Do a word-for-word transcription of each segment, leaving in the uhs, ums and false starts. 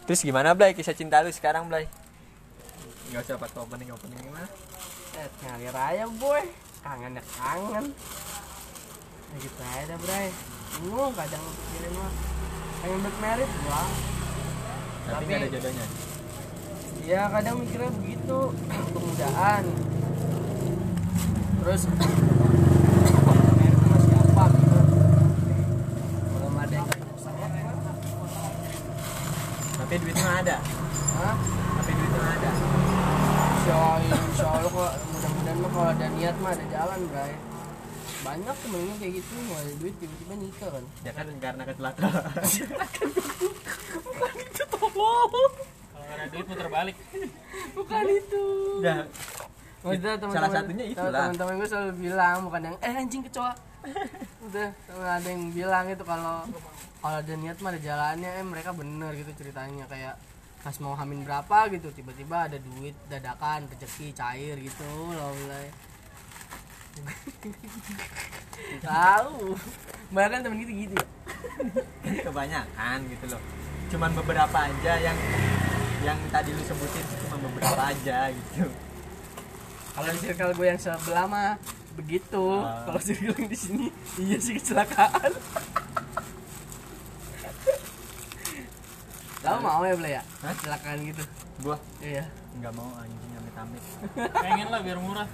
Terus gimana Blay kisah cinta lu sekarang Blay? Gak usah pakai opening opening gimana? Eh, ngalir aja boy, kangen ya kangen. Ya gitu aja Bray. Bingung kadang pikirin mah pengen bermerit gua. Tapi Tapi- nggak ada jodohnya. Ya kadang mikirnya begitu, kemudahan. Terus merit sama siapa gitu. Belum ada yang ketemu saya. Tapi duitnya ada. Hah? Tapi duitnya ada. Insya Allah, insya Allah kok mudah-mudahan mah kalau ada niat mah ada jalan Bray. Banyak temennya kayak gitu, mau ada duit tiba-tiba nikah kan. Ya kan karena kecelakaan. Bukan itu tolong. Kalau nggak ada duit muter balik. Bukan itu. Ya, Udah teman-teman. salah satunya itulah. Teman-teman gue selalu bilang bukan yang eh anjing kecoa. Udah, temen ada yang bilang itu kalau kalau ada niat mah ada jalannya, eh mereka bener gitu ceritanya kayak pas mau hamil berapa gitu tiba-tiba ada duit dadakan rezeki cair gitu loh mulai. Tahu. Bahkan temen gitu gitu. Kebanyakan gitu loh. Cuman beberapa aja yang yang tadi lu sebutin cuma beberapa aja gitu. Kalau di circle gue yang sebelah mah begitu. Ah. Kalau circle yang di sini iya sih kecelakaan. Tahu mau ya Ble ya? Hah? Kecelakaan gitu. Gua Iya. nggak mau anjing amit-amit. Pengen lah biar murah.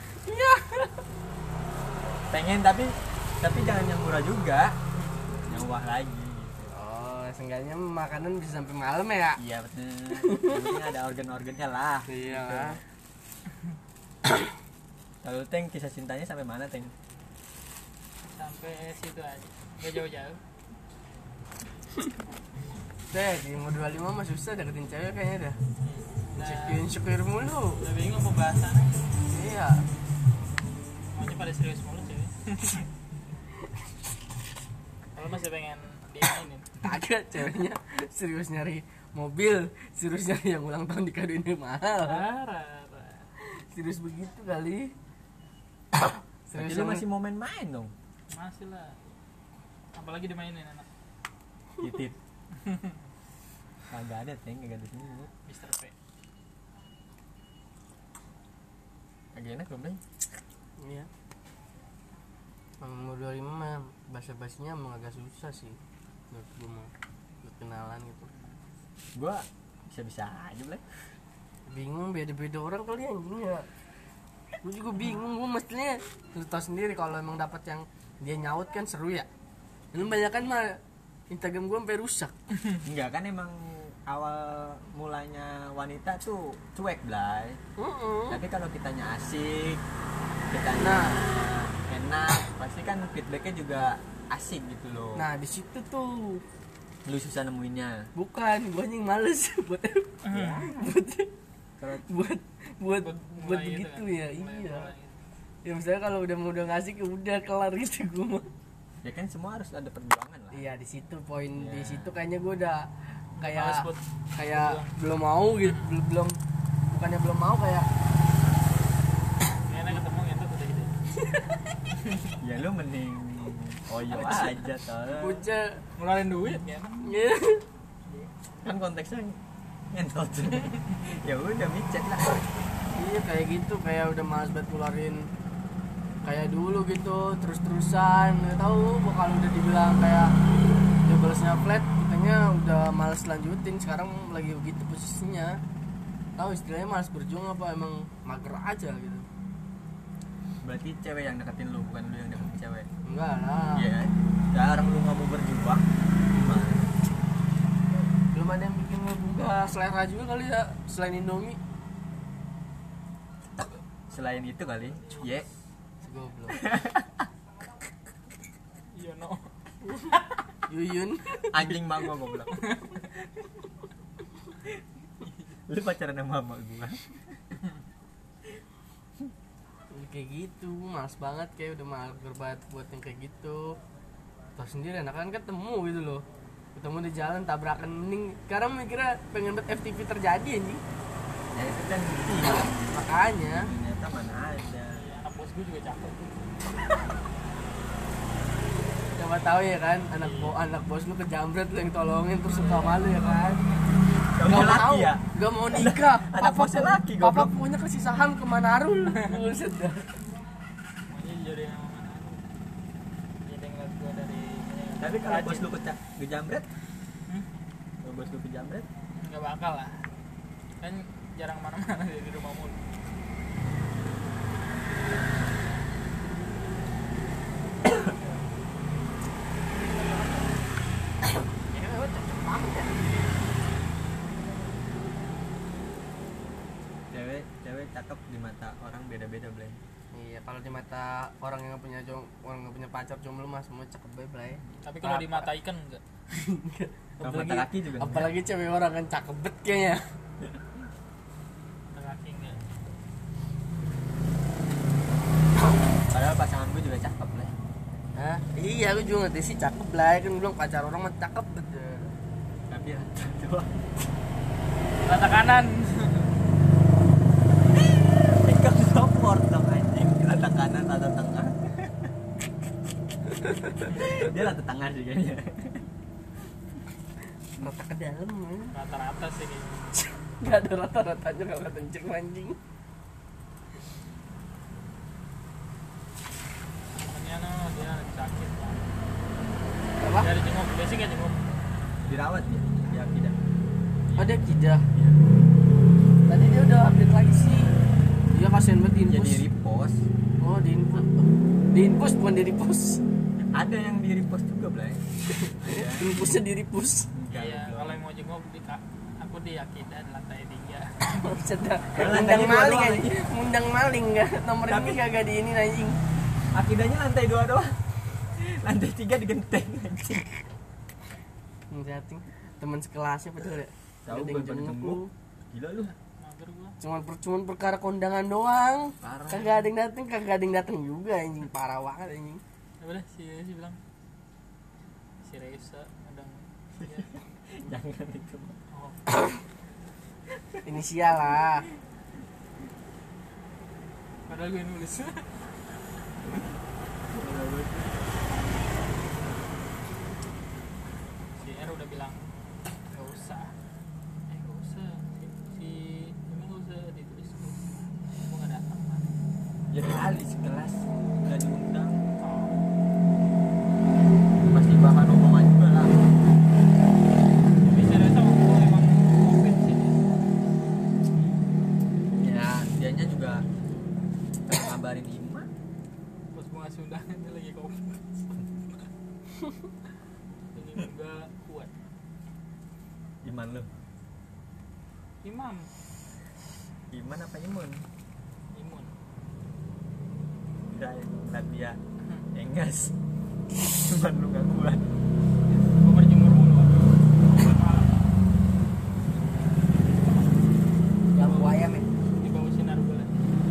Pengen tapi tapi jangan yang murah juga. Yang wah lagi gitu. Oh, seenggaknya makanan bisa sampai malam ya? Iya bener. Yang penting ada organ-organnya lah. Iya gitu. lah. Lalu Teng kisah cintanya sampai mana Teng? Sampai situ aja. Nggak jauh-jauh. Deh, di umur dua puluh lima mah susah deketin cewek kayaknya dah. Nah, Insecure mulu. udah bingung pembahasannya. Iya. Maunya pada serius mulu cewek. Kalau masih pengen diinin. Kagak ceweknya serius nyari mobil, serius nyari yang ulang tahun dikadoin mahal. Parah. Serius begitu kali. Berarti lu masih mau main-main dong. Masih lah. Apalagi dimainin anak Titit. Kagak ada Teng, kagak ada sini. Mister P. Kagak enak belum Teng? Iya. Umur dua puluh lima mah bahasa-bahasanya emang agak susah sih. Menurut gue mah buat kenalan gitu. Gua bisa-bisa aja Blay. Bingung beda-beda orang kali anjing ya. Gue juga bingung, gue mestinya lu tau sendiri kalau emang dapat yang dia nyaut kan seru ya. Lu banyak kan mah Instagram gue sampai rusak. Enggak kan emang awal mulanya wanita tuh cuek Blay. Heeh. Tapi kalau kitanya asik, kitanya Nah. enak, pasti kan feedbacknya juga asik gitu loh. Nah, di situ tuh Lu susah nemuinnya. bukan gue yang males buat Ya. buat Kalau buat buat Buat buat mulai itu begitu kan? ya. Mulai- Iya. mulai gitu. Ya misalnya kalau udah udah ngasih udah kelar gitu gue mah. ya kan semua harus ada perjuangan lah. Iya, di situ poin di Iya. situ kayaknya gue udah Males kayak buat kayak belum mau gitu, belum belum bukannya belum mau kayak enak ketemu gitu udah gitu. Ya lu mending oyo aja tolong. udah Ngeluarin duit kan. ya. Kan konteksnya ngentot. Ya udah micet lah. Iya kayak gitu, kayak udah males banget ngeluarin kayak dulu gitu terus-terusan. Nggak tahu kalau udah dibilang kayak ya balasnya flat, kitanya udah males lanjutin. Sekarang lagi begitu posisinya. Tahu istilahnya males berjuang apa emang mager aja gitu. Berarti cewek yang deketin lu, bukan lu yang deketin cewek. Enggak lah. Iya. Ya orang lu nggak mau berjuang gimana? Belum ada yang bikin ngebuka selera juga kali ya selain Indomie. Selain itu kali, ye. Segoblok. Iya no. Yuyun. Anjing mak gua goblok. Lu pacaran sama mak gua. Kayak gitu, males banget kayak udah mager banget buat yang kayak gitu. Tahu sendiri anak kan ketemu gitu loh. Ketemu di jalan tabrakan mending. Sekarang mikirnya pengen buat F T V terjadi anjing. Ya itu kan iya. Makanya Ternyata mana ada. Ya, anak bos gue juga cakep tuh. coba tahu ya kan anak bo anak bos lu kejamret lu yang tolongin terus suka malu ya kan. Gak Gak mau mau, laki ya? gak mau nikah. Anak Papa bosnya laki, Papa goblok. punya kasih saham ke Manarul. Buset dah. Makanya jadi yang mana? Jadi ngeliat gua dari Tapi kalau rajin. bos lu kecak kejamret, Hmm? kalau bos lu kejamret, Nggak bakal lah. Kan jarang mana-mana di rumah mulu. Ya, cocok banget ya. cewek cewek cakep di mata orang beda-beda Blay. Iya, kalau di mata orang yang nggak punya jom, orang nggak punya pacar jomblo mah semua cakep bae, Blay. Tapi kalau di mata ikan enggak. Kalau mata laki juga enggak. apalagi cewek orang kan cakep bet kayaknya. Mata laki enggak. Padahal pasangan gue juga cakep Blay. Hah? Iya, aku juga ngerti sih cakep lah, kan bilang pacar orang mah cakep bet. Tapi ya doang. Mata kanan. Tinggal support dong anjing. Rata kanan, rata tengah. Dia rata tengah sih kayaknya. Rata ke dalam ya. Rata-rata sih kayaknya. Gak ada rata-ratanya kalau kata Encik anjing. Makanya no, dia sakit lah. Apa? Dari jenguk, biasanya nggak jenguk. Dirawat ya? Ya tidak. Oh, dia kidah. Ya. Tadi dia udah update lagi sih. Dia kasihan banget di infus. Jadi repost. Oh, di infus. Di infus bukan di repost. Ada yang di repost juga Blay. Ada. Infusnya di repost. Enggak, Iya, goblok. kalau yang mau jenguk di ka- aku di Akida di lantai tiga. Buset dah. Kalau Mundang tadi dua maling doang, anjing. Mundang maling enggak? Nomor ini Tapi- kagak di ini anjing. Akidahnya lantai dua doang. Lantai tiga digenteng anjing. Ngeliatin teman sekelasnya padahal ya. Tahu Ada gue yang pada jenguk jenguk. lu. Gila lu. Mager gua. Cuman per, cuman perkara kondangan doang. Parah. Kagak ada yang dateng, kagak ada yang dateng juga anjing. Parah banget anjing. Ya udah si si bilang si Reza kadang ya. Jangan itu. Oh, Inisial lah. padahal gue nulis. Si R udah bilang nggak usah. Eh nggak usah. Si, si ini nggak usah ditulis. Gue nggak datang kan. Ya kali sekelas udah diundang. Oh. Pasti bakal omongan juga lah. Tapi si Reza waktu itu emang covid sih. Ya dianya juga kayak ngabarin Ima. Pas gue ngasih undangan dia lagi covid. Ini enggak kuat. Iman lu. Imam Iman apa Imun? imun. Udah ngeliat dia engas. Cuman lu gak kuat. Gue berjemur mulu. Malam Yang ayam ya. di bawah sinar bulan.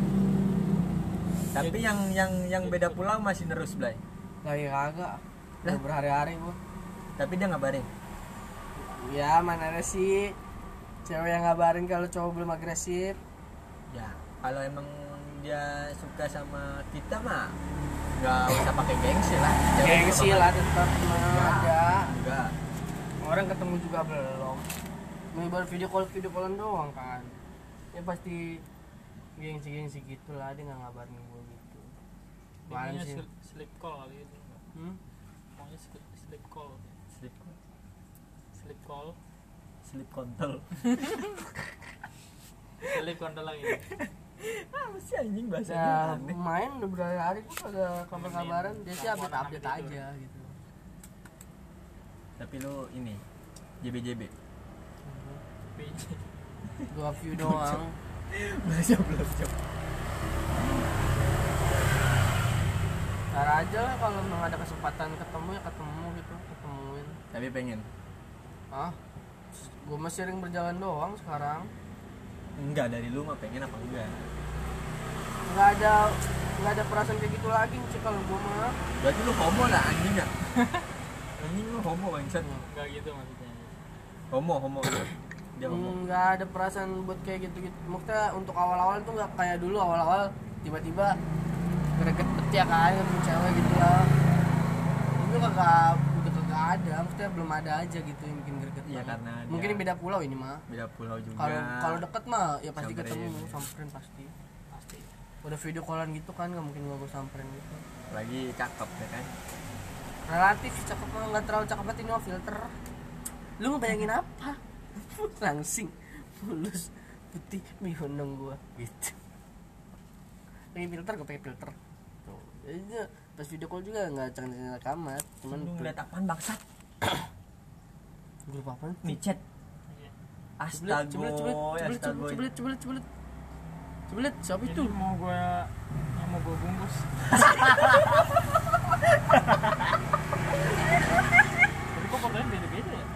Tapi yang yang yang beda pulau masih nerus Blay. Lagi kagak. Udah Lah? berhari-hari gua. Tapi dia ngabarin. Ya mana ada sih cewek yang ngabarin kalau cowok belum agresif. Ya kalau emang dia suka sama kita mah nggak usah pakai gengsi lah. Cewek juga Gengsi bakal- lah tetap mah ada. Enggak. Orang ketemu juga belum. Ini baru video call video callan doang kan. Ya pasti gengsi-gengsi gitu lah, dia nggak ngabarin gua gitu. Kemarin Intinya sih. sl- sleep call kali itu. Hmm? Maunya sleep, sleep call. Sleep Sleep call. sleep kontol. Sleep kontol lagi. Ah masih anjing bahasanya Ya aneh. main udah berhari-hari gua kagak kabar-kabaran. Dia sih Teleponan update-update gitu. aja gitu. Tapi lu ini J B J B. Dua view doang. Bahasa belum jauh. Ntar aja lah kalau memang ada kesempatan ketemu ya ketemu gitu, ketemuin. Tapi pengen. Ah, gue masih sering berjalan doang sekarang. Enggak dari lu mah pengen apa enggak? Nggak ada nggak ada perasaan kayak gitu lagi sih kalau gue mah. Berarti lu homo lah anjing ya. Anjing lu homo bangsat. Enggak gitu maksudnya. Homo homo. Dia homo. Nggak ada perasaan buat kayak gitu-gitu. Maksudnya untuk awal-awal tuh nggak kayak dulu awal-awal tiba-tiba greget bet ya kan ketemu cewek gitu lah. Itu kagak udah kagak ada, maksudnya belum ada aja gitu yang bikin greget. Iya karena Mungkin dia beda pulau ini mah. beda pulau juga. Kalau kalau deket mah ya pasti Samperin. ketemu, samperin pasti. Pasti. Udah video callan gitu kan, nggak mungkin gua samperin gitu. lagi cakep ya kan. Relatif cakep mah, nggak terlalu cakep banget ini mah filter. Lu ngebayangin apa? Langsing, mulus, putih, mihonong gua gitu. Pakai filter, gua pakai filter. Tuh, jadi pas video call juga nggak canggih-canggih amat, cuman Lu ngeliat apaan bangsat? grup apa? Micet. Iya. Astaga. Cebelet, cebelet, cebelet, astaga. cebelet, cebelet, cebelet, cebelet, siapa Jadi itu? mau gue yang mau gue bungkus. Tapi kok fotonya beda-beda ya?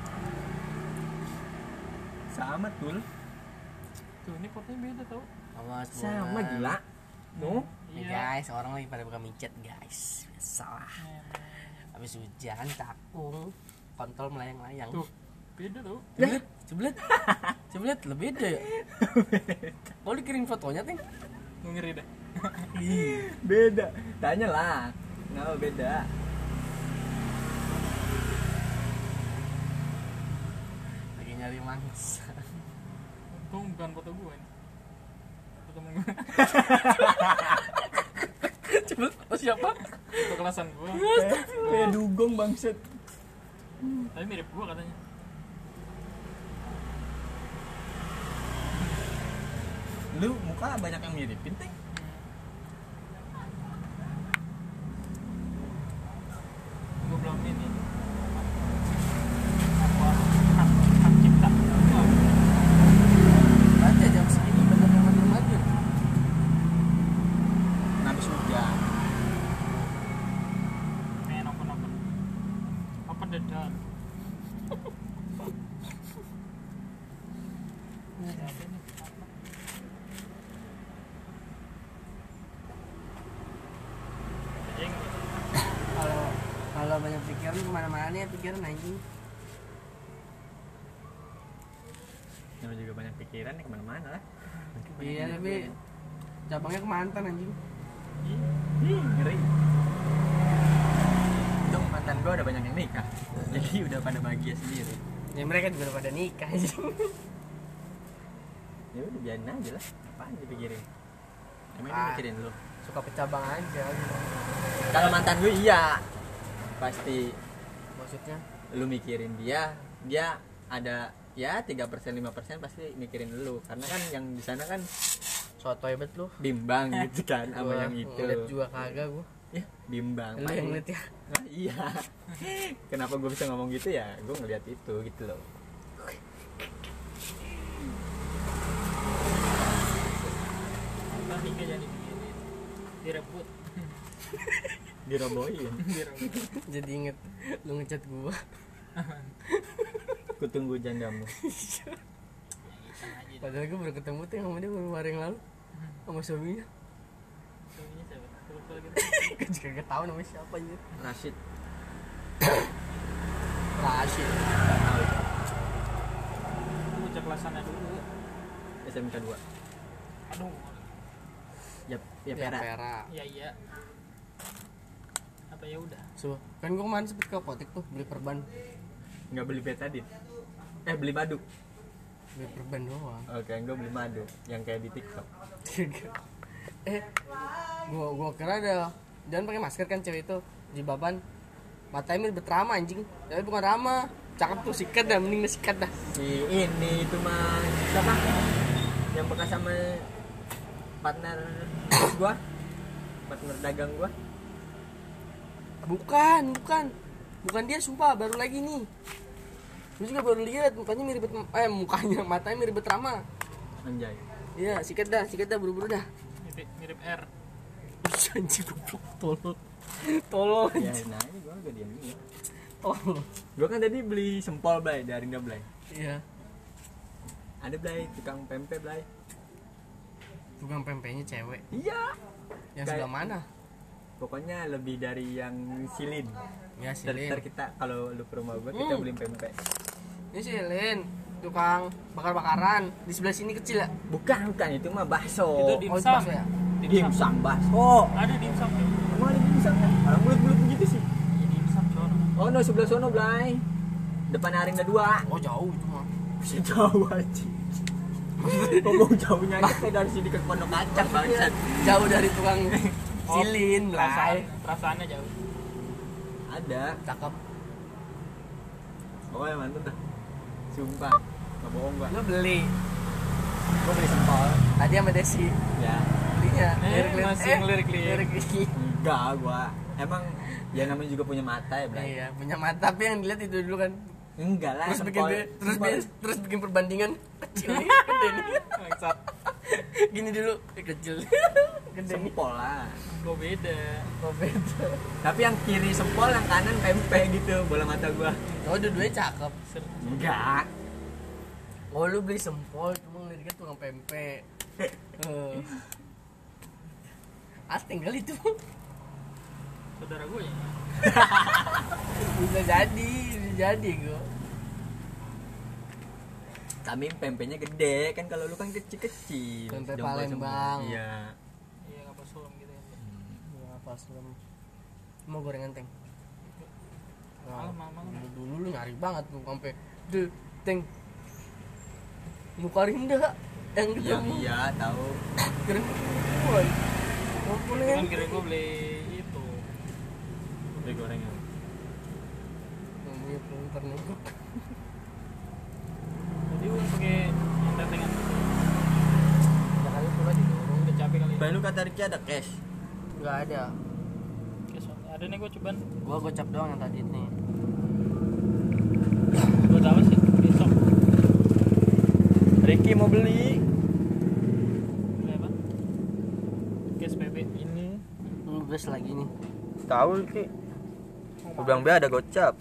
Sama tuh. Tuh ini fotonya beda tau. Awas, Sama buruan. gila. Tuh. Nih guys, orang lagi pada buka micet guys. Biasalah. Habis hujan, cakung, kontol melayang-layang. Tuh beda tuh. Cebelet, cebelet, cebelet, lebih beda ya. Kalau dikirim fotonya ting, Ngeri dah. Beda. Tanya lah. Kenapa beda? lagi nyari mangsa. Untung bukan foto gue nih. Foto temen gue. Cebelet, oh siapa? Foto kelasan gue. Kayak dugong bangset. Tapi mirip gue katanya. Lu muka banyak yang miripin ting. Gue belum ini. Apa? Hak, hak cipta. Wah, Baca jam segini bener yang maju-maju. Habis hujan. pengen open-open. Apa dedan? Siapa ini? Anjing. Kalau kalau banyak pikiran kemana-mana ya pikiran anjing. Namanya juga banyak pikiran ya kemana-mana lah. Iya tapi cabangnya ke mantan anjing. Ih, ngeri. Dong mantan gua udah banyak yang nikah. Jadi udah pada bahagia sendiri. Ya mereka juga udah pada nikah anjing. Ya udah biarin aja lah. Apaan dipikirin? Emang dia Ah. mikirin lu? Suka pecabang aja gitu. Kalau mantan gue iya. Pasti Maksudnya lu mikirin dia, dia ada ya tiga persen lima persen pasti mikirin lu. Karena kan yang di sana kan sotoy bet lu. bimbang gitu kan sama Gua yang itu. ngeliat juga kagak gua. Ya, bimbang. Lu yang ngeliat ya. Nah, iya. Kenapa gue bisa ngomong gitu ya? Gue ngeliat itu gitu loh. Kita nikah jadi begini. Direbut. Dirobohin. Direbut. Jadi inget lu ngechat gua. Kutunggu jandamu. Iseng aja. Padahal gua baru ketemu tuh sama dia beberapa hari yang lalu sama suaminya. Suaminya siapa? Lupa lagi. Gua juga gak tahu namanya siapa anjir. Rashid. Rashid. Gak tahu itu. Aku cek kelasannya dulu. S M K dua. Aduh. Ya, ya Ya, Pera. Pera. Iya iya. Apa ya udah. So, kan gua kemarin sempet ke apotek tuh beli perban. Nggak beli betadine. Eh beli madu. Beli perban doang. Oke, gue beli madu yang kayak di TikTok. eh, gua gua kira ada jangan pakai masker kan cewek itu jilbaban. Matanya mirip Rama anjing. Tapi bukan Rama. Cakep tuh sikat dah, mending sikat dah. Si ini itu mah siapa? Yang bekas sama partner gua, partner dagang gua. Bukan, bukan. Bukan dia sumpah, baru lagi nih. Gue juga baru lihat mukanya mirip eh mukanya matanya mirip Rama. Anjay. Iya, sikat dah, sikat dah buru-buru dah. Mirip, mirip R. Ih, anjing goblok tolol. Tolol. Ya, nah ini gua gak diam ini. Tolol. Gua kan tadi beli sempol Blay dari Rinda Blay. Iya. Ada Blay tukang pempek Blay. Tukang pempeknya cewek. Iya. Yang Kayak- sebelah mana? Pokoknya lebih dari yang silin. Ya Ntar, ntar Silin. kita kalau lu ke rumah gua kita Hmm. beli pempek. Ini Silin, tukang bakar-bakaran. Di sebelah sini kecil ya? Bukan, bukan itu mah bakso. Itu Oh, dimsum. itu bakso ya? Dimsum bakso. Ada dimsum tuh. Emang ada dimsum kan? Orang bulat-bulat begitu sih. Iya dimsum cono. Oh no, sebelah sono Blay. depan Haringga dua. Oh jauh itu mah. Bisa jauh aja. Ngomong jauhnya aja kayak dari sini ke Pondok Kacang bangsat. Jauh dari tukang silin perasaan, lah. perasaannya jauh. Ada. Cakep. Pokoknya mantep dah. Sumpah. Gak bohong gua. Lu beli. Gua beli sempol. Tadi sama Desi. Ya. Belinya. Eh, Lirik-lirik. masih ngelirik-lirik. lirik-lirik. Enggak gua. Emang ya namanya juga punya mata ya, Bray. Iya, punya mata tapi yang dilihat itu dulu kan. Enggak lah. Terus bikin sempol- terus sempol- bikin, terus bikin perbandingan kecil nih, gede nih. Bangsat. Gini dulu, eh, kecil. Gede nih. sempol lah. Gue beda. Oh, beda. Tapi yang kiri sempol, yang kanan pempek gitu bola mata gua. Oh, dua-duanya cakep. Ser- Enggak. Oh, lu beli sempol, cuma liriknya tukang pempek. Eh. Ah, tinggal itu. Saudara gue ya. Bisa jadi, bisa jadi gua. Tapi pempeknya gede kan, kalau lu kan kecil-kecil. Pempek Jempol Palembang. sempol. Iya. Iya kapal sulam gitu ya. Ya, pas lu mau gorengan teng. Nah, Malam, malam, malam. dulu, dulu lu nyari banget tuh sampai de teng. Muka Rinda yang Iya, ketemu. iya, tahu. Keren. Woi. Mau Kan kuliah. kira gue beli itu. Beli gorengan. Namanya peluntar nengok. Tadi gue pakai entertainment. Ya kali pula didorong. Udah capek kali. Baru kata Ricky ada cash. Enggak ada. Guys, ada nih gue cobaan. Gua gocap doang yang tadi nih. Gue tahu sih besok. Ricky mau beli. Beli apa? Gas P B. Ini. Lu bes lagi nih. Tahu Ricky. Gua bilang be ada gocap.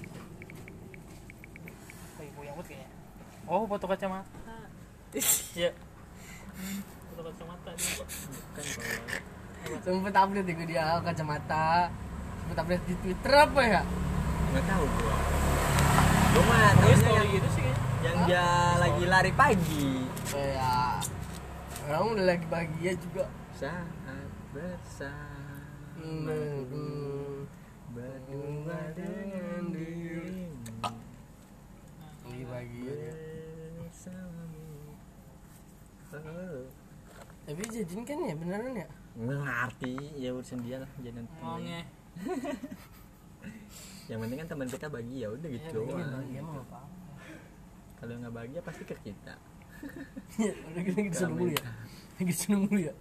Lagi goyang banget kayaknya. Oh, foto kacamata. Iya. Foto kacamata nih. Kan kalau Sempet update ya dia kacamata. Sempet update di Twitter apa ya? enggak tahu gua. Gua mah Tapi tahunya story yang, gitu sih kayaknya. yang dia lagi lari pagi. Kayak orang udah lagi bahagia juga. Saat bersama Hmm. berdua dengan dirimu. Lagi bahagia dia. Bersamamu. Oh. Tapi jadiin kan ya beneran ya? Nggak ngerti, ya urusan dia lah jangan. Ngomongnya. Yang penting kan teman kita bahagia, udah Ya, gitu pengen doang. bahagia mah nggak apa-apa. Kalau nggak bahagia pasti ke kita. Ya, udah kita gitu seneng mulu ya. Gitu seneng mulu ya.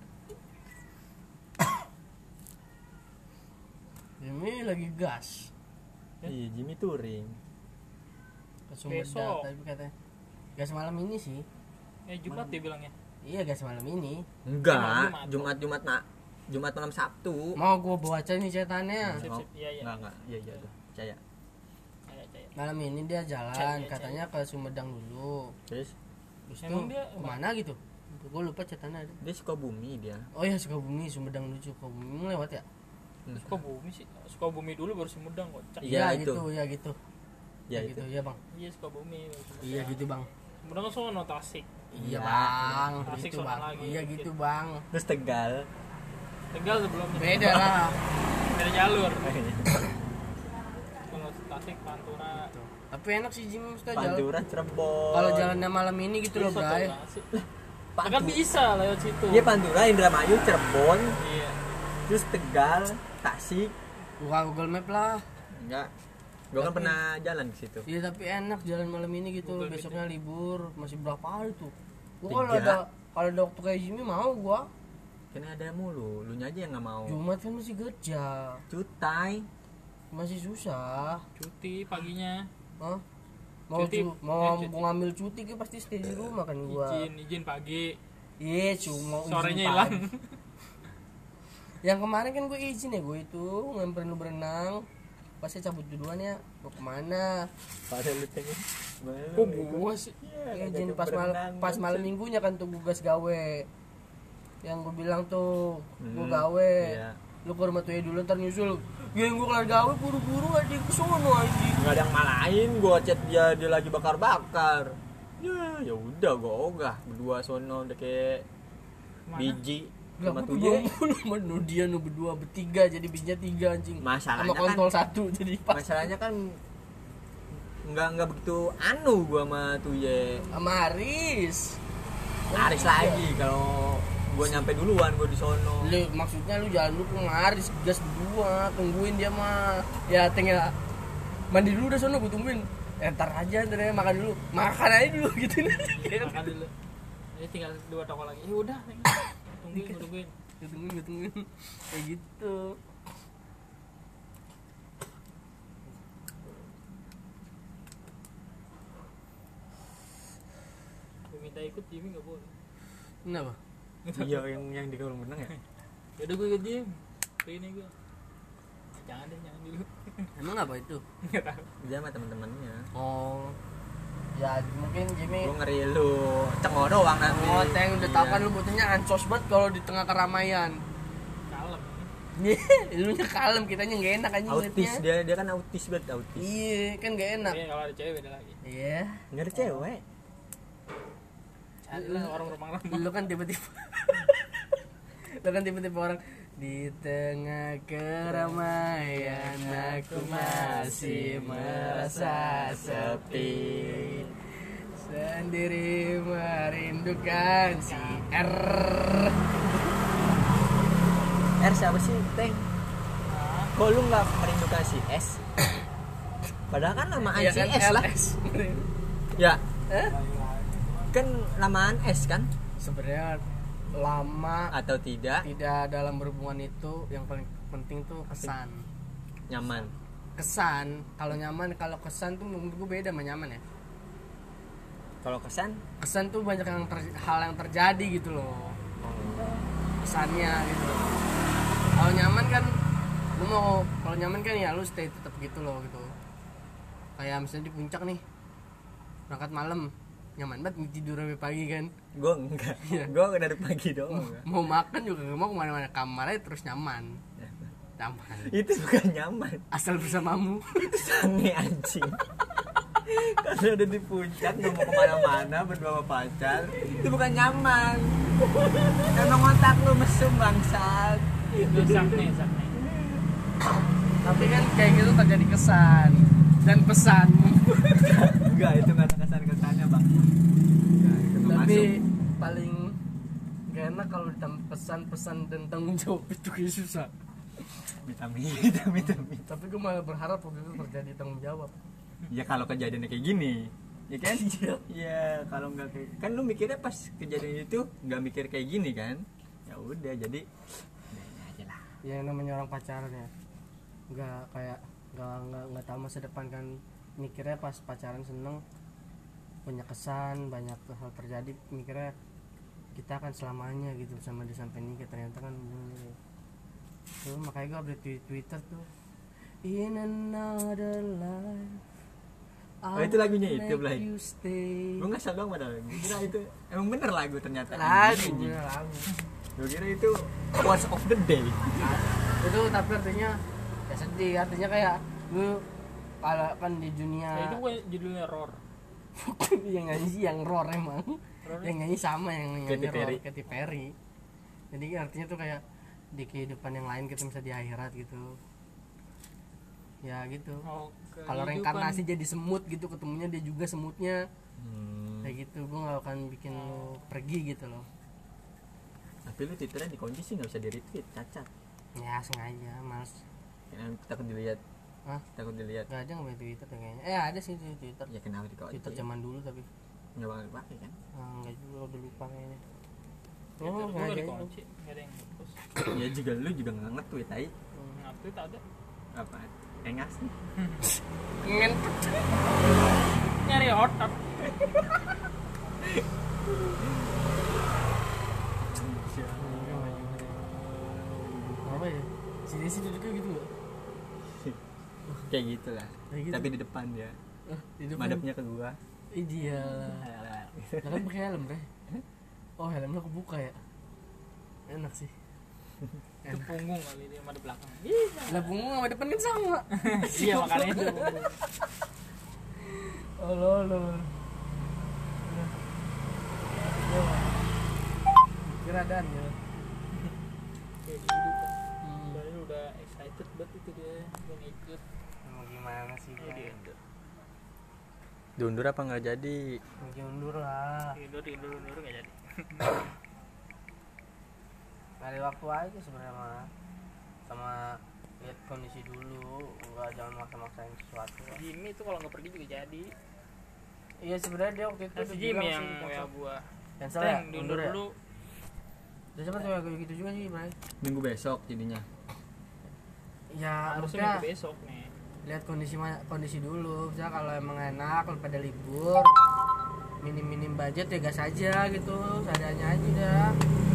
Ini lagi gas. Iya, Jimmy touring. Ke Sumedang Besok. tapi katanya gas malam ini sih. Eh Jumat dia bilangnya. Iya gas malam ini. Enggak, Jumat. Jumat Jumat nak. Jumat malam Sabtu. Mau gua baca nih cetannya. Sip, Oh, sip. Iya, iya. Enggak, enggak. Iya, iya tuh. Percaya. Caya, caya. Malam ini dia jalan Cek, ya, katanya ke Sumedang dulu. Terus Terus Emang tuh dia kemana gitu? Gue lupa cetannya ada. dia Sukabumi dia. Oh ya Sukabumi, Sumedang menuju Sukabumi lewat ya? Sukabumi sih. Sukabumi dulu baru Sumedang kocak. Iya, Ya, itu. gitu, ya gitu. Ya, Ya, itu. gitu, ya bang. Iya Sukabumi baru Sumedang. Iya gitu bang. Sumedang kan sono Tasik. Iya Iya, bang, Asik gitu sono bang. lagi. Iya gitu bang. Terus Tegal. Tegal sebelumnya. Beda lah. Beda jalur. Kalau Tasik Pantura. Tapi enak sih Jim Musta jalan. Pantura Cirebon. Kalau jalannya malam ini gitu loh Bisa guys. tuh, asik. Lah, kan bisa lewat situ. Iya, Pantura, Indramayu, Cirebon, Iya. terus Tegal, Tasik. Buka Google Map lah. Enggak. Gua kan Tapi- pernah jalan ke situ. Iya tapi enak jalan malam ini gitu. Google Map Besoknya libur. Masih berapa hari tuh? Gua kalau Tiga. ada kalau ada waktu kayak Jimmy mau gua. Kan ada mulu, lu nya aja yang nggak mau. Jumat kan masih kerja. Cutai. Masih susah. Cuti paginya. Hah? Mau Cuti. cu- mau, Eh, cuti. mau ngambil cuti kan pasti stay di rumah kan gua. Izin, izin pagi. Iya, cuma izin Sorenya pagi. hilang. Yang kemarin kan gue izin ya gue itu ngamperin lu berenang. Pasti cabut duluan ya. Mau kemana? Padahal lu tengok. Kok gua sih? Iya, Izin pas mal pas malam minggunya kan tuh gue gas gawe. Yang gue bilang tuh gue Hmm, gawe. iya. Lu ke rumah tuh ya dulu ntar nyusul. Yang gue kelar gawe buru-buru aja ke sono aja. Nggak ada yang malahin, gua chat dia dia lagi bakar-bakar. Ya, ya udah gua ogah berdua sono udah kayak Mana? biji Lah sama gue tujuh. mulu sama nu dia nu berdua bertiga jadi bijinya tiga anjing. Masalahnya Sama kontol kan satu jadi pas. masalahnya kan nggak nggak begitu anu gua sama tuh ye Sama Haris. Haris lagi kalau gua nyampe duluan gua di sono. Lu maksudnya lu jalan dulu ke Haris, gas berdua, tungguin dia mah. Ya tinggal mandi dulu udah sono gua tungguin. Eh, ntar aja ntar aja makan dulu. Makan aja dulu gitu. Makan dulu. Ini tinggal dua toko lagi. Ya udah, tungguin, gua tungguin. Gua tungguin, gua tungguin. Kayak gitu. Gua minta ikut Jimmy enggak boleh. Kenapa? Iya yang yang di kolam renang ya. Ya udah gua ikut Jim. Ini gua. Jangan deh, jangan dulu. Emang apa itu? Enggak tahu. Dia sama teman-temannya. Oh. Ya mungkin Jimmy Gua ngeri lu cengok doang nanti. Oh, Teng udah tahu Iya. kan lu butuhnya ancos banget kalau di tengah keramaian. Kalem. Lu nya kalem, kitanya enggak enak aja Autis ngeliatnya. dia dia kan autis banget autis. Iya, kan enggak enak. Tapi kalau ada cewek beda lagi. Iya. Enggak ada cewek. Cari lah orang rumah-rumah. Lu kan tiba-tiba Lu kan tiba-tiba orang di tengah keramaian aku masih merasa sepi, sendiri merindukan si R. R siapa sih Teng? Kok lu nggak merindukan si S? Padahal kan lamaan Iya si kan, S lah. L S. Ya Eh? kan lamaan S kan? Sebenarnya lama Atau tidak tidak dalam berhubungan itu yang paling penting tuh kesan. nyaman. Kesan, kalau nyaman, kalau kesan tuh menurut gue beda sama nyaman ya. Kalau kesan Kesan tuh banyak yang ter- hal yang terjadi gitu loh. Kesannya gitu loh. Kalau nyaman kan lu mau, kalau nyaman kan ya lu stay tetap gitu loh gitu. Kayak misalnya di puncak nih, berangkat malam, nyaman banget tidur sampai pagi kan. gue enggak. Iya. Gue dari pagi doang. gua. Mau makan juga gak mau kemana-mana, kamarnya terus nyaman. Nyaman. Itu bukan nyaman. Asal bersamamu. Itu sange anjing. Karena udah di puncak nggak mau kemana-mana berdua sama pacar. Itu bukan nyaman. Emang otak lu mesum bangsat. Itu sakne, sakne. Tapi kan kayak gitu terjadi kesan dan pesan. Enggak, itu nggak ada kesan-kesannya bang. Enggak, itu nggak Tapi masuk. paling gak enak kalau ditambah pesan-pesan dan tanggung jawab itu kayak susah. Vitamin, vitamin, vitamin. Tapi gue malah berharap waktu itu terjadi tanggung jawab. Ya kalau kejadiannya kayak gini, ya kan? Iya, kalau nggak kayak, kan lu mikirnya pas kejadian itu nggak mikir kayak gini kan? Ya udah, jadi udah aja lah. Ya namanya orang pacaran ya, nggak kayak nggak nggak nggak tahu masa depan kan. Mikirnya pas pacaran seneng, banyak kesan, banyak hal terjadi, mikirnya kita akan selamanya gitu sama dia sampai nikah, ternyata kan begini. Tuh makanya gue update di Twitter tuh, in another life. Oh, itu lagunya I'll itu, make Blay? you stay. Gue nggak sadar padahal. Gue kira itu emang bener lagu ternyata. Lagu, Anjing. lagu. Gue kira itu quotes of the day. Itu tapi artinya ya sedih, artinya kayak lu kalau kan di dunia Ya, itu bukan judulnya Roar. yang nyanyi yang roar emang Roar yang nyanyi sama yang Katy nyanyi roar Perry. Katy Perry. Jadi artinya tuh kayak di kehidupan yang lain kita bisa di akhirat gitu ya gitu. Oh, Kalau kehidupan. reinkarnasi jadi semut gitu, ketemunya dia juga semutnya Hmm. kayak gitu. Gue gak akan bikin lu pergi gitu loh. Tapi lu twitternya dikunci sih nggak bisa di retweet, cacat. Ya sengaja males. Yang takut dilihat. Hah? Takut dilihat. Gak ada nggak main Twitter ya kayaknya. Eh ada sih di Twitter. Ya kenapa dikunci? Twitter zaman dulu tapi nggak bakal dipakai kan? ah, nggak juga udah lupa kayaknya. Ya, Oh, gue nggak gak ada. dikunci, gak ada yang ngepus. Ya juga lu juga nggak nge-tweet tai. Nge-tweet ada. Apa? Engas nih. Ngentut. Nyari otot. Apa ya? Si Desi duduknya gitu nggak? Kayak gitu lah. Kayak gitu. Tapi di depan dia. Ah, di depan. Madepnya ke gua. Ih dia. Lah kan pakai helm deh. Oh helmnya kebuka ya. Enak sih. Itu punggung kali dia sama di belakang. Lah punggung sama depan kan sama. Iya makanya itu. Oh lo lo. Kira dan ya. Kayak gitu kan. Hmm. Soalnya udah excited banget itu dia mau ikut. Mau gimana sih? Iya, Bang? dia. Diundur apa nggak jadi? Diundur lah. Tidur tidur tidur nggak jadi. Cari waktu aja sebenarnya mah. Sama lihat kondisi dulu, enggak jangan maksa-maksain sesuatu. Jimmy itu kalau nggak pergi juga jadi. Iya sebenarnya dia waktu itu Nah, udah si Jimmy bilang yang sih, W A gua. cancel ya, Teng, diundur undur ya. dulu. Udah cepet kayak gitu juga sih, Bray. Minggu besok jadinya. Ya Harusnya harusnya minggu besok nih. lihat kondisi ma- kondisi dulu. Misalnya kalau emang enak, kalau pada libur, minim-minim budget ya gas aja gitu, seadanya aja udah.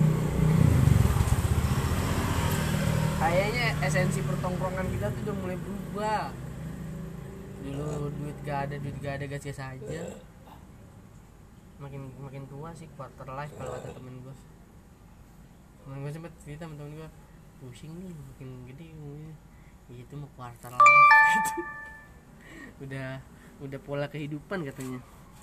Kayaknya esensi pertongkrongan kita tuh udah mulai berubah. Dulu duit gak ada, duit gak ada, gas-gas aja. Makin makin tua sih quarter life kalau kata temen gue. Temen gue sempet cerita sama temen gue, pusing nih makin gede umurnya. Itu mau quarter life gitu. Udah udah pola kehidupan katanya.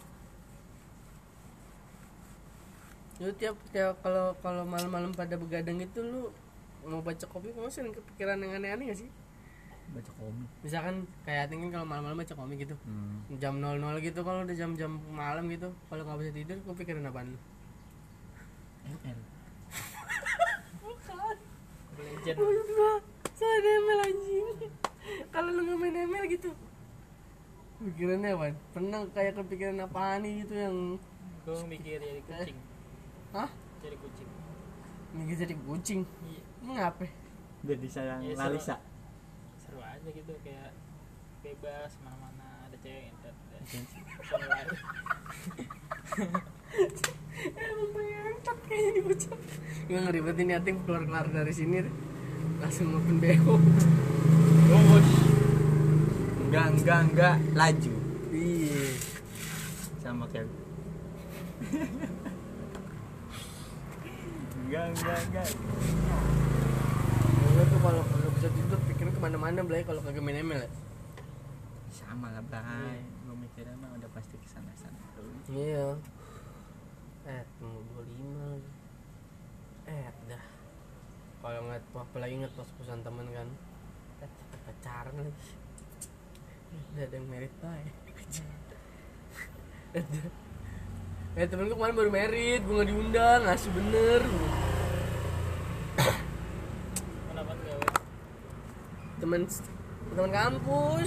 Lu tiap tiap kalau kalau malam-malam pada begadang itu lu mau baca komik kamu sering kepikiran yang aneh-aneh gak sih? Baca komik. Misalkan kayak Ating kan kalau malam-malam baca komik gitu, Hmm. jam nol nol gitu, kalau udah jam-jam malam gitu, kalau nggak bisa tidur, kepikiran apaan lu? M L. Legend. Saya ada M L anjing. Kalau lu nggak main M L gitu, pikirannya apa? Pernah kayak kepikiran apaan nih gitu yang, Gua mikir jadi kucing. hah? Jadi kucing. Mikir jadi kucing? Iya. Ngapa? Jadi sayang Iya, Lalisa. Seru aja gitu kayak bebas mana-mana ada cewek yang ntar. Seru aja. Emang pengentot kayaknya nih bocah. Gue ngeribetin nih Ating keluar-keluar dari sini deh. Langsung open B O. Bos. Enggak, enggak, enggak, laju. Iya. Sama kayak enggak, enggak, enggak. Gue tuh kalau kalau bisa tidur pikirnya kemana-mana Blay kalau kagak main M L ya. Sama lah, Bray. Gue mikirnya mah udah pasti kesana-sana terus. Iya. Eh, tunggu dua puluh lima lagi. Eh, dah. Kalau ngeliat, apalagi ngeliat pas-pasan temen kan. Eh, cepet pacaran lagi. Udah ada yang merit baik. Eh, temen gue kemarin baru merit, gue gak diundang, asu bener. Kenapa tuh gawe? Temen temen kampus.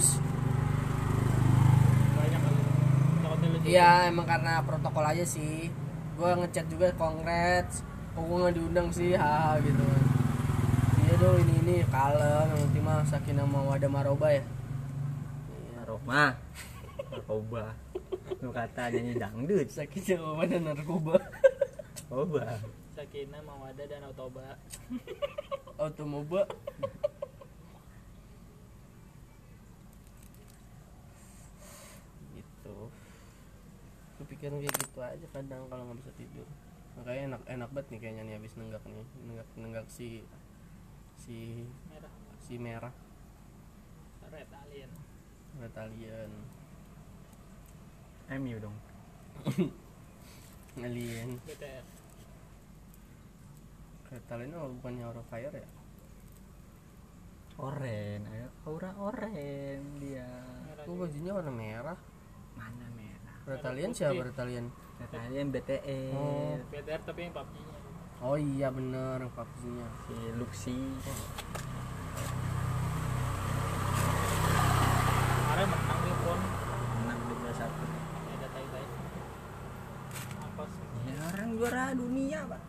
Banyak kali. Takutnya lu juga. Iya, emang karena protokol aja sih. Gue ngechat juga congrats. Kok gue gak diundang sih, haha gitu. Iya dong, ini ini kalem. Yang penting mah sakinah mawaddah maroba ya. Iya. Aroma. Narkoba. Lu kata nyanyi dangdut. Sakinah mawaddah narkoba. Narkoba. Sakinah, Mawaddah dan Autoba. Automoba. Gitu. Gue pikirin kayak gitu aja kadang kalau nggak bisa tidur. Makanya enak enak banget nih kayaknya nih habis nenggak nih, nenggak nenggak si si Merah. si merah Red Alien. Italian M U dong. alien B T R. Italian oh bukannya Eurofire ya? Oren, ayo aura oren dia. Merah Kok juga. bajunya warna merah? Mana merah? Italian putih. siapa Italian? Kalian B T R. Oh. B T R tapi yang P U B G-nya. Oh iya bener P U B G-nya. Si Luxi. Kemarin menang dia pon. Menang dua satu. Ya ada tai-tai. Apa sih? Ya orang juara dunia, Pak.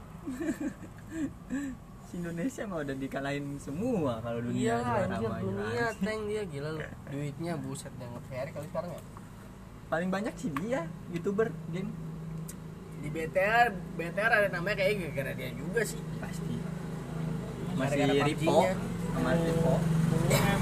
Si Indonesia mah udah dikalahin semua kalau dunia Iya juara anjir mah, dunia jelas. tank dia gila lu. Duitnya buset yang nge-ferry kali sekarang ya. Paling banyak sih dia YouTuber game Di B T R, B T R ada namanya kayak gara-gara dia juga sih. pasti. Gara-gara Masih P U B Ripo G-nya. sama Ripo. sepuluh M.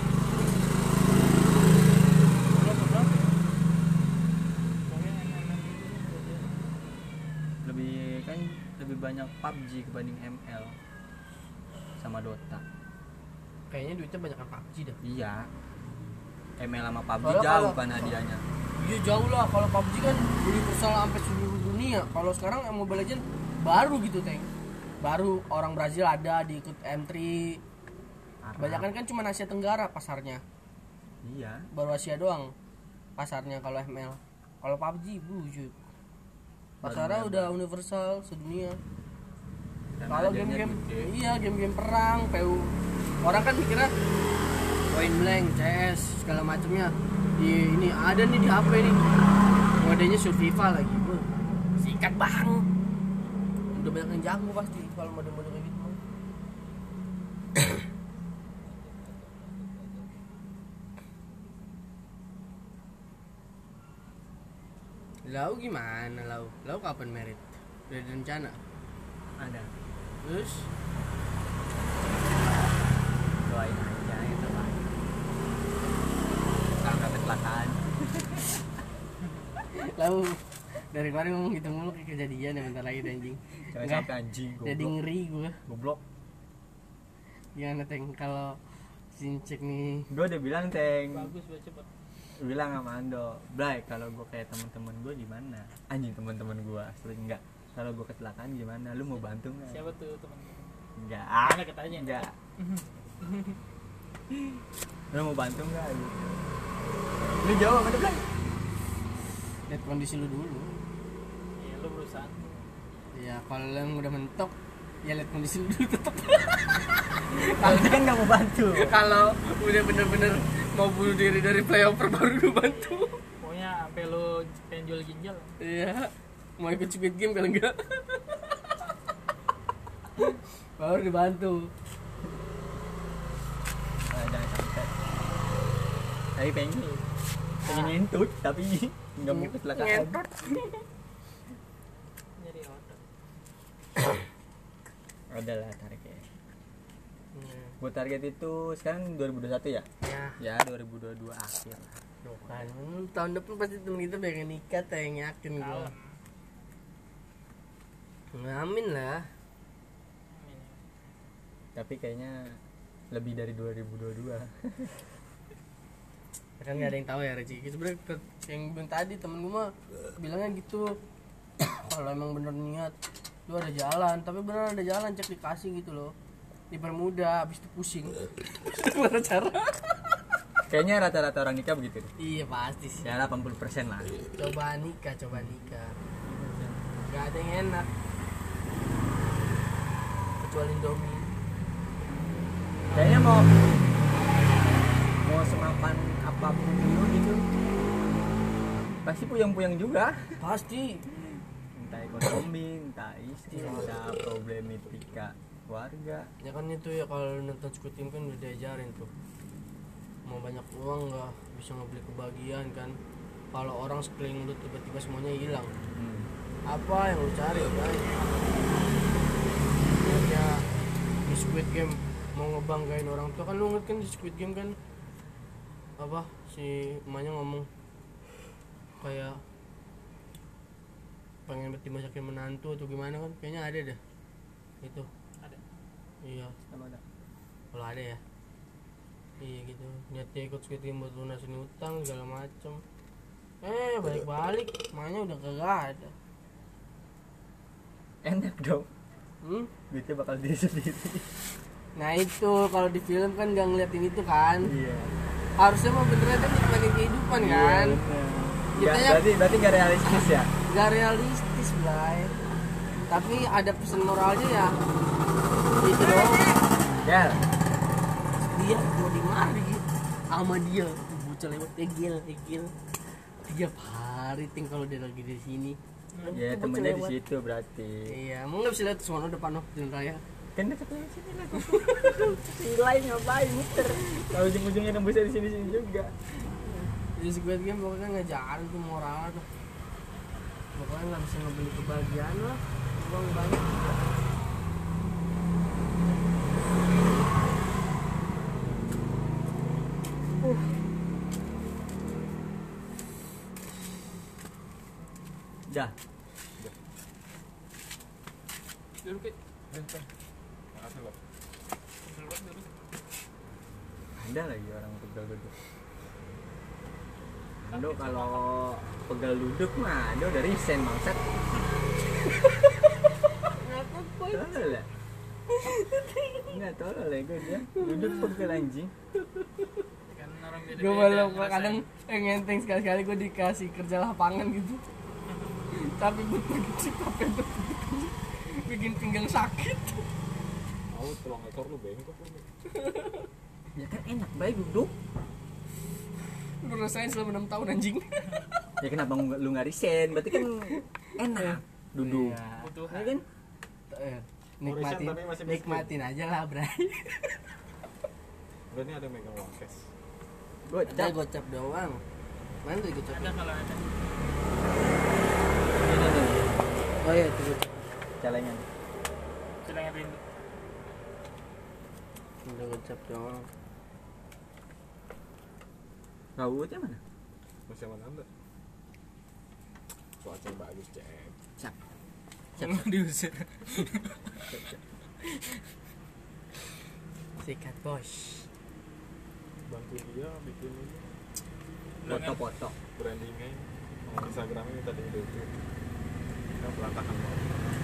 Berapa berapa? Pokoknya M M M gitu. Lebih kan lebih banyak P U B G kebanding M L sama Dota. Kayaknya duitnya banyak kan P U B G dah. Iya. M L sama P U B G Soalnya jauh kalau- kan hadiahnya. Iya jauh lah kalau P U B G kan universal sampai seluruh dunia. Kalau sekarang yang Mobile Legends baru gitu tank. Baru orang Brazil ada diikut M tiga. Arab. Kebanyakan kan cuma Asia Tenggara pasarnya. Iya. Baru Asia doang pasarnya kalau M L. Kalau P U B G bujuk. Baru Pasarnya mulai udah bang. universal sedunia. Karena Kalau adanya game-game gede. iya game-game perang, P U orang kan mikirnya Point Blank, C S segala macamnya. Di ini ada nih di H P nih. Modenya survival lagi. Bu. Sikat bang. Udah banyak yang jago pasti kalau mode-mode kayak gitu. Lau gimana lau? Lau kapan merit? Udah ada rencana? Ada. Terus Doain aja yang terbaik. Sampai kecelakaan. lau dari kemarin ngomong gitu mulu kayak kejadian ya bentar lagi deh, anjing. Jangan Nggak, sampai anjing jadi goblok. ngeri gue. Goblok. Gimana Teng kalau Sincek nih? Gue udah bilang, Teng. Bagus buat cepet. Bilang sama Ando, Blay, kalau gue kayak teman-teman gue gimana? Anjing teman-teman gue, asli enggak. Kalau gue kecelakaan gimana? Lu mau bantu nggak? Siapa tuh teman-teman? Enggak. Mana katanya? Enggak. Lu mau bantu nggak? Gitu. Lu jawab apa Blay? Lihat kondisi lu dulu. Iya, lu berusaha. Ya kalau yang udah mentok, ya lihat kondisi lu dulu tetap. Kalau dia kan nggak mau bantu. Kalau udah bener-bener mau bunuh diri dari playover baru lu bantu. Pokoknya sampai lu pengen jual ginjal. Iya. Mau ikut Squid Game kalau enggak. Baru dibantu. Nah, jangan sampai. Tapi pengen, pengen ngentut, tapi nggak mau kecelakaan. Ngentut. Nyari otot. Ada lah target. Buat target itu sekarang dua ribu dua puluh satu ya? Ya, Ya dua ribu dua puluh dua akhir lah. bukan. Tahun depan pasti temen kita pengen nikah, teh yang yakin gua. Kalem. Ngamin lah. Amin. Tapi kayaknya lebih dari dua ribu dua puluh dua. Kan nggak ada yang tahu ya Reci. Sebenarnya ke- yang bilang tadi temen gue mah bilangnya gitu. Kalau emang bener niat, lu ada jalan. Tapi bener ada jalan, cek dikasih gitu loh. Dipermudah, habis itu pusing. Gimana cara? Kayaknya rata-rata orang nikah begitu deh. Iya pasti sih. Ya delapan puluh persen lah. Coba nikah, coba nikah. Gak ada yang enak. Kecuali Indomie. Kayaknya mau mau semapan apapun dulu gitu. Pasti puyeng-puyeng juga. Pasti. Entah ekonomi, entah istri, entah problematika keluarga. Ya kan itu ya kalau nonton Squid Game kan udah diajarin tuh. Mau banyak uang nggak bisa ngebeli kebahagiaan kan. Kalau orang sekeliling lu tiba-tiba semuanya hilang. Hmm. Apa yang lu cari guys? Makanya di Squid Game mau ngebanggain orang tua kan lu ngerti kan di Squid Game kan apa si emaknya ngomong kayak pengen dimasakin menantu atau gimana kan kayaknya ada dah itu Ada. iya Sama ada. kalau ada ya iya gitu niat dia ikut Squid Game buat lunasin utang segala macem eh balik-balik emaknya udah kagak ada Enak dong. hmm? Duitnya bakal diri sendiri. Nah itu kalau di film kan nggak ngeliatin itu kan Iya. harusnya mah beneran kan nikmatin kehidupan kan Iya, Kitanya- berarti berarti nggak realistis ya? nggak realistis Blay tapi ada pesan moralnya ya itu dong Ya. dia mau dimari sama dia bocah lewat egil egil tiap hari ting kalau dia lagi di sini Ya Itu bocah temennya di lewat. situ berarti. iya mau nggak bisa lihat semua depan oh jalan raya Kan dekat lewat sini lah. Silai ngapain muter? Kalau ujung-ujungnya nembusnya di sini-sini juga. di Squid Game pokoknya ngajarin tuh moral tuh pokoknya nggak bisa ngebeli kebahagiaan lah uang banyak Dah. Duduk Ki. Makasih loh. Duduk, duduk. Ada lagi orang pegal duduk. Ando kalau pegal duduk mah Ando udah resign bangsat. Tolol ya? Enggak tolol ya gue dia. Duduk pegal anjing. Karena orang beda Gue malah kadang eh, ngenteng sekali-kali gue dikasih kerja lapangan gitu. Tapi betul gitu capek betul. Bikin pinggang sakit. Mau tulang ekor lu bengkok lu. Ya kan enak baik duduk. Lu rasain selama enam tahun anjing. Ya kenapa lu nggak resign? Berarti kan enak duduk. Iya. Kebutuhan. Ya kan? Eh, nikmatin, tapi masih miskin. nikmatin aja lah, Bray. Udah ini ada yang megang uang cash. Gocap. Ada gocap doang. Mana tuh gocap? Ada kalau ada. Oh iya itu gocap. Celengan. Celengan rindu. Ada gocap doang. Rawutnya mana? Masih aman anda. Cuaca yang bagus cek. Cap. Mau diusir. Sikat bos. Bantuin dia bikin ini Foto-foto. brandingnya. Sama Instagramnya minta di itu. Kita berantakan banget.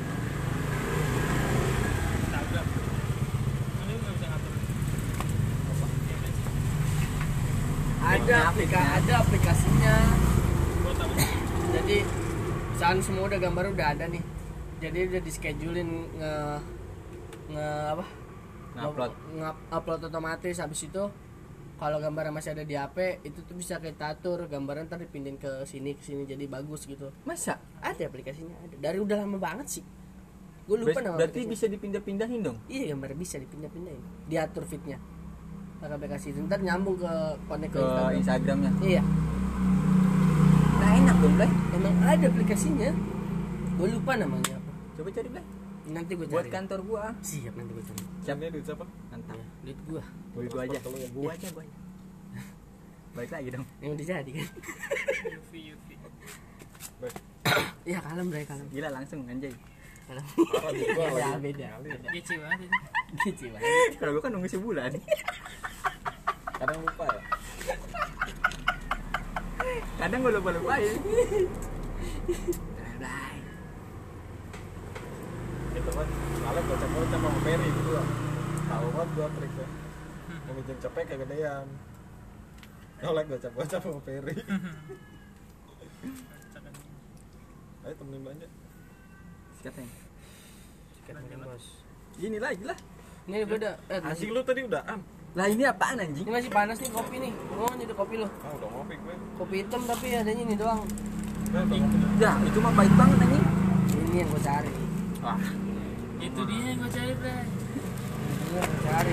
Instagram. Mana nggak bisa ngatur. Apa? Ada aplika ada aplikasinya. Buat apa? Jadi misalkan semua udah gambar udah ada nih. Jadi udah di schedulein nge nge apa? Ngupload. Nge-upload otomatis. Habis itu kalau gambarnya masih ada di H P itu tuh bisa kita atur gambarnya ntar dipindahin ke sini ke sini jadi bagus gitu. Masa? Ada aplikasinya ada. Dari udah lama banget sih. Gue lupa Ber- nama Berarti aplikasinya. bisa dipindah-pindahin dong? Iya gambar bisa dipindah-pindahin. Diatur fitnya. Pakai aplikasi itu ntar nyambung ke connect ke Ke Instagram. Instagramnya. Iya. Nah enak dong, Blay. Emang ada aplikasinya. Gue lupa namanya apa. Coba cari, Blay. Nanti gue Buat cari. kantor gua. Siap nanti gue cari. Siapa nih duit siapa? Mantap. Duit gue. Duit gua aja. Transport ke lu ya? Gua aja, gua aja. Balik lagi dong. Yang udah jadi kan. Yufi Yufi. Baik. Iya kalem Bray kalem. Gila langsung anjay. Kalem. Parah duit gua Beda lagi. beda. Ngalir. Gece banget ini. Gitu banget. Kalau gua kan nunggu sebulan. Kadang lupa ya. Kadang gua lupa-lupain. Blay. Gitu kan. Kalian gocap-gocap sama Ferry berdua. Tahu banget gua triknya. Mau minjem cepet kegedean. Oleh gocap-gocap sama Ferry. Ayo temenin belanja. Katanya. Sikat bos. Gini lagi lah. Ini beda. Eh, Asik lu tadi udah am. Lah ini apaan anjing? ini masih panas nih kopi nih. Mau jadi kopi lo. Ah udah ngopi gue. Kopi hitam tapi adanya ini doang. Gue udah ngopi. Ya, itu mah baik banget anjing. Ini yang gue cari. Wah, Itu dia yang gue cari, Bre. Ini yang gue cari.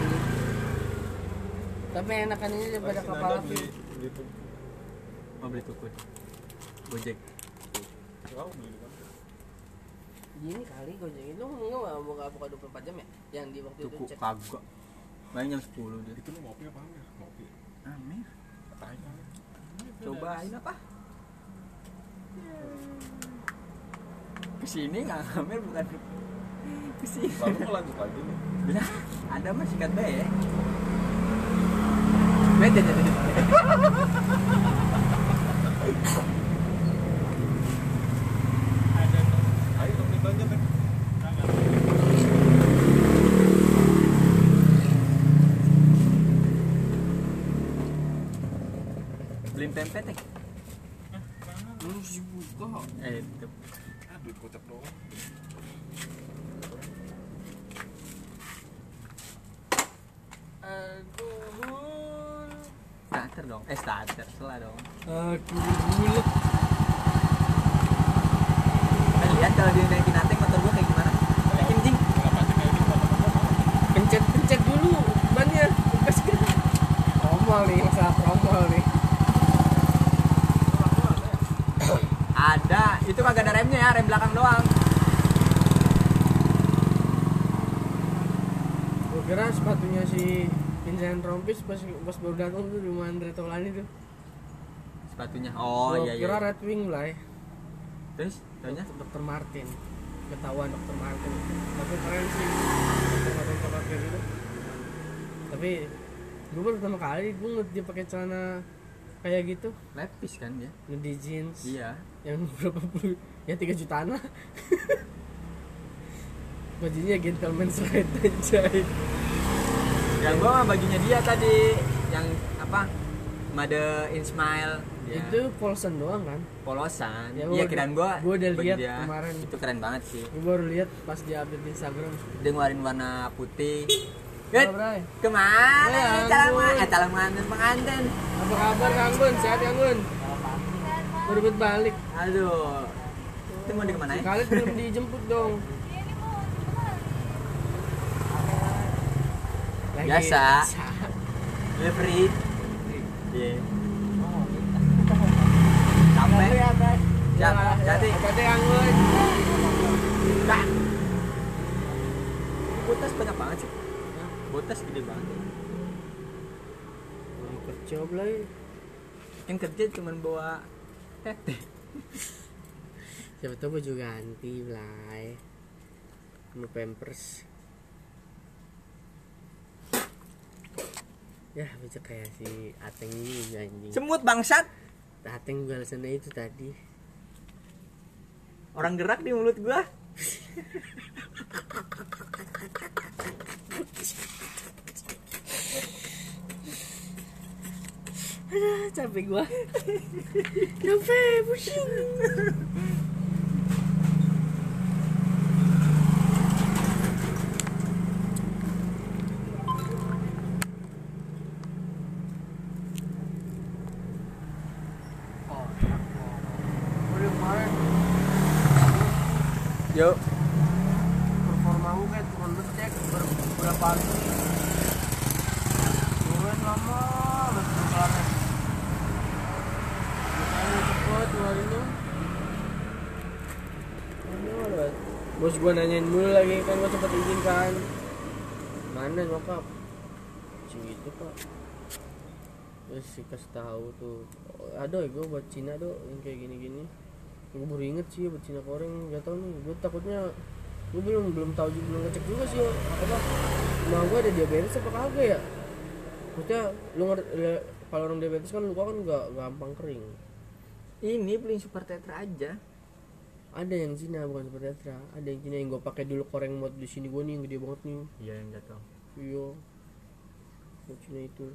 Tapi enakan ini daripada Pasti kapal Nanda api. beli beli tuh. mau beli tukun. Gojek. Kau beli di mana? Gini kali Gojek itu nggak mau nggak buka dua puluh empat jam ya? Yang di waktu Tuku itu cek. kagak. Paling jam sepuluh dia. Itu lu ngopi apa enggak? Ngopi. Aneh. Tanya. Cobain apa? Kesini nggak ngambil bukan kesini. Lalu mau lanjut lagi nih. Lah, ada mah sikat bae. Beda jadi. Ada tuh. Ayo temenin belanja teh. Kagak. Beliin tempe teh. Hah, mana? Lu sih buka. Eh, itu. Ah duit gocap doang. Aduh. Starter dong. Eh, starter. Salah dong. Aduh bulat. Kan lihat kalau dia naikin nanti motor gua kayak gimana? Naikin jing. Kenapa sih kayak gitu? Pencet-pencet dulu bannya. Bekas kan. Tromol nih, masalah tromol nih. Ada. Itu kagak ada remnya ya, rem belakang doang. Gue kira sepatunya si Vincent Rompis pas pas baru datang tuh di rumah Andre Taulani tuh. Sepatunya. Oh, Gua iya iya. kira Red Wing lah ya. Terus, taunya dokter Martin. Ketahuan dokter Martin. Tapi keren sih. Dokter Martin Coklat kayak gitu. Tapi gue baru pertama kali gue ngeliat dia pakai celana kayak gitu, lepis kan dia. di jeans Iya. yang berapa puluh ya tiga jutaan lah. Bajunya gentleman straight aja. Yang gua mah bajunya dia tadi yang apa? Made in Smile. Ya. Itu polsen doang kan? Polosan. Ya, Iya gua- kirain gua. gua udah bagi lihat dia. kemarin. Itu keren banget sih. Gue baru lihat pas dia update di Instagram. Dia ngeluarin warna putih. Halo, Gut, Bray. kemana Eh, nih calon Anggun. pengantin? Eh calon pengantin pengantin. Apa kabar Kang Gun? Sehat Kang Gun? Baru bet balik. Aduh. Itu mau di kemana ya? Khalid belum dijemput dong. Lagi- Biasa. Delivery. Iya. Sampai. Siap, jadi. Hati Kang Gun. Dah. Botas banyak banget sih. Botas gede banget. Orang kerja belai. Yang kerja cuma bawa tete. Siapa tahu baju ganti belai. Sama pampers. Ya, bisa kayak si Ateng ini anjing. Semut bangsat. Ateng balasannya itu tadi. Orang gerak di mulut gua. Aduh, capek gua. Capek, pusing. Udah kemarin Yuk. performa gue kayak turun becek ber- berapa hari turun lama banget kelarnya makanya cepet dua hari itu bos gue nanyain mulu lagi kan gue cepet izin kan mana nyokap cing gitu pak terus sih kasih tahu tuh ada ya gue buat Cina do yang kayak gini-gini gue baru inget sih buat Cina goreng gak tau nih gue takutnya gue belum belum tahu juga belum ngecek juga sih apa mau gue ada diabetes apa kagak ya maksudnya lu ngerti kalau orang diabetes kan luka kan nggak gampang kering Ini beli super tetra aja. ada yang Cina bukan super tetra ada yang Cina yang gue pakai dulu koreng mod di sini gue nih yang gede banget nih Iya yang jatuh. iya yang Cina itu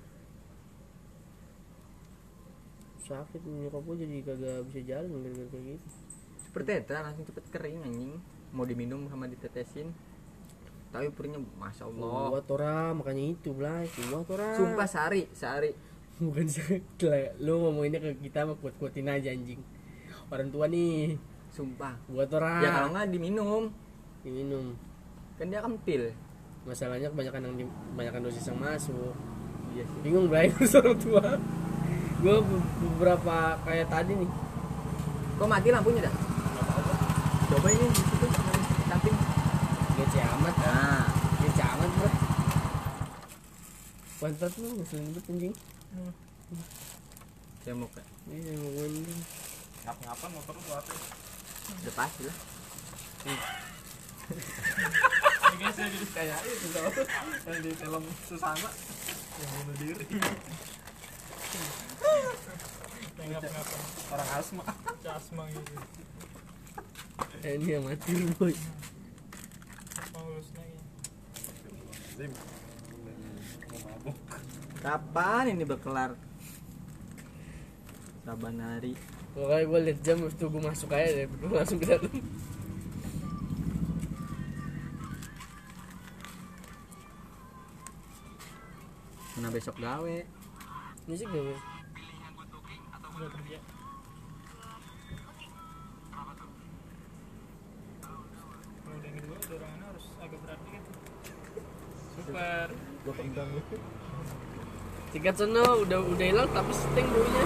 sakit nyokap gue jadi kagak bisa jalan gara-gara kayak gitu Super tetra langsung cepet kering anjing. Mau diminum sama ditetesin. Tapi perutnya masya Allah. kuat tora makanya itu belah kuat tora Sumpah sehari, sehari. bukan sekali lu ngomonginnya ke kita mah kuat-kuatin aja anjing orang tua nih Sumpah. buat tora Ya kalau nggak diminum, diminum kan dia akan pil. masalahnya kebanyakan yang di, kebanyakan dosis yang masuk Iya sih. bingung belah orang tua gue beberapa kayak tadi nih Kok mati lampunya dah? Coba ini di situ, di samping. gece amat Nah, gece amat bro pantat lu ngeselin banget anjing saya mau ke ini mau gue anjing Ngap-ngapan motor lu apa? udah pasti lah. Ini guys ya jadi Kayak itu tau yang di film Susana yang bunuh diri ngap-ngap orang asma. asma gitu. eh, ini yang mati boy Asma lulus lagi. Sim. Mau mabuk. Kapan ini berkelar? Saban hari. pokoknya gue liat jam terus gue masuk aja deh gue langsung ke dalam Mana besok gawe? ini sih gue Udah kerja. Kalau udah yang kedua dorongannya harus agak berat dikit. Super. Gua tendang lu. tiket sono udah udah hilang tapi sting baunya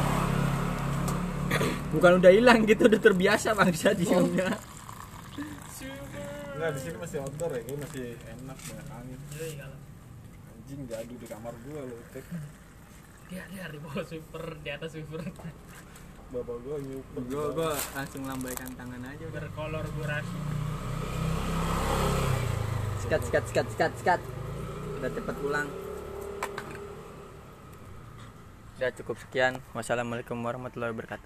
Bukan udah hilang gitu, udah terbiasa bangsa diamnya. Super. Enggak, di sini masih outdoor ya, gua masih enak banyak angin. Jadi kalau Anjing jadu di kamar gua lu, cek. dia dia di bawah super di atas super Bapak gua nyuper. Gua gua langsung lambaikan tangan aja udah. berkolor guras. Skat skat skat skat skat. Udah cepet pulang. Udah cukup sekian. Wassalamualaikum warahmatullahi wabarakatuh.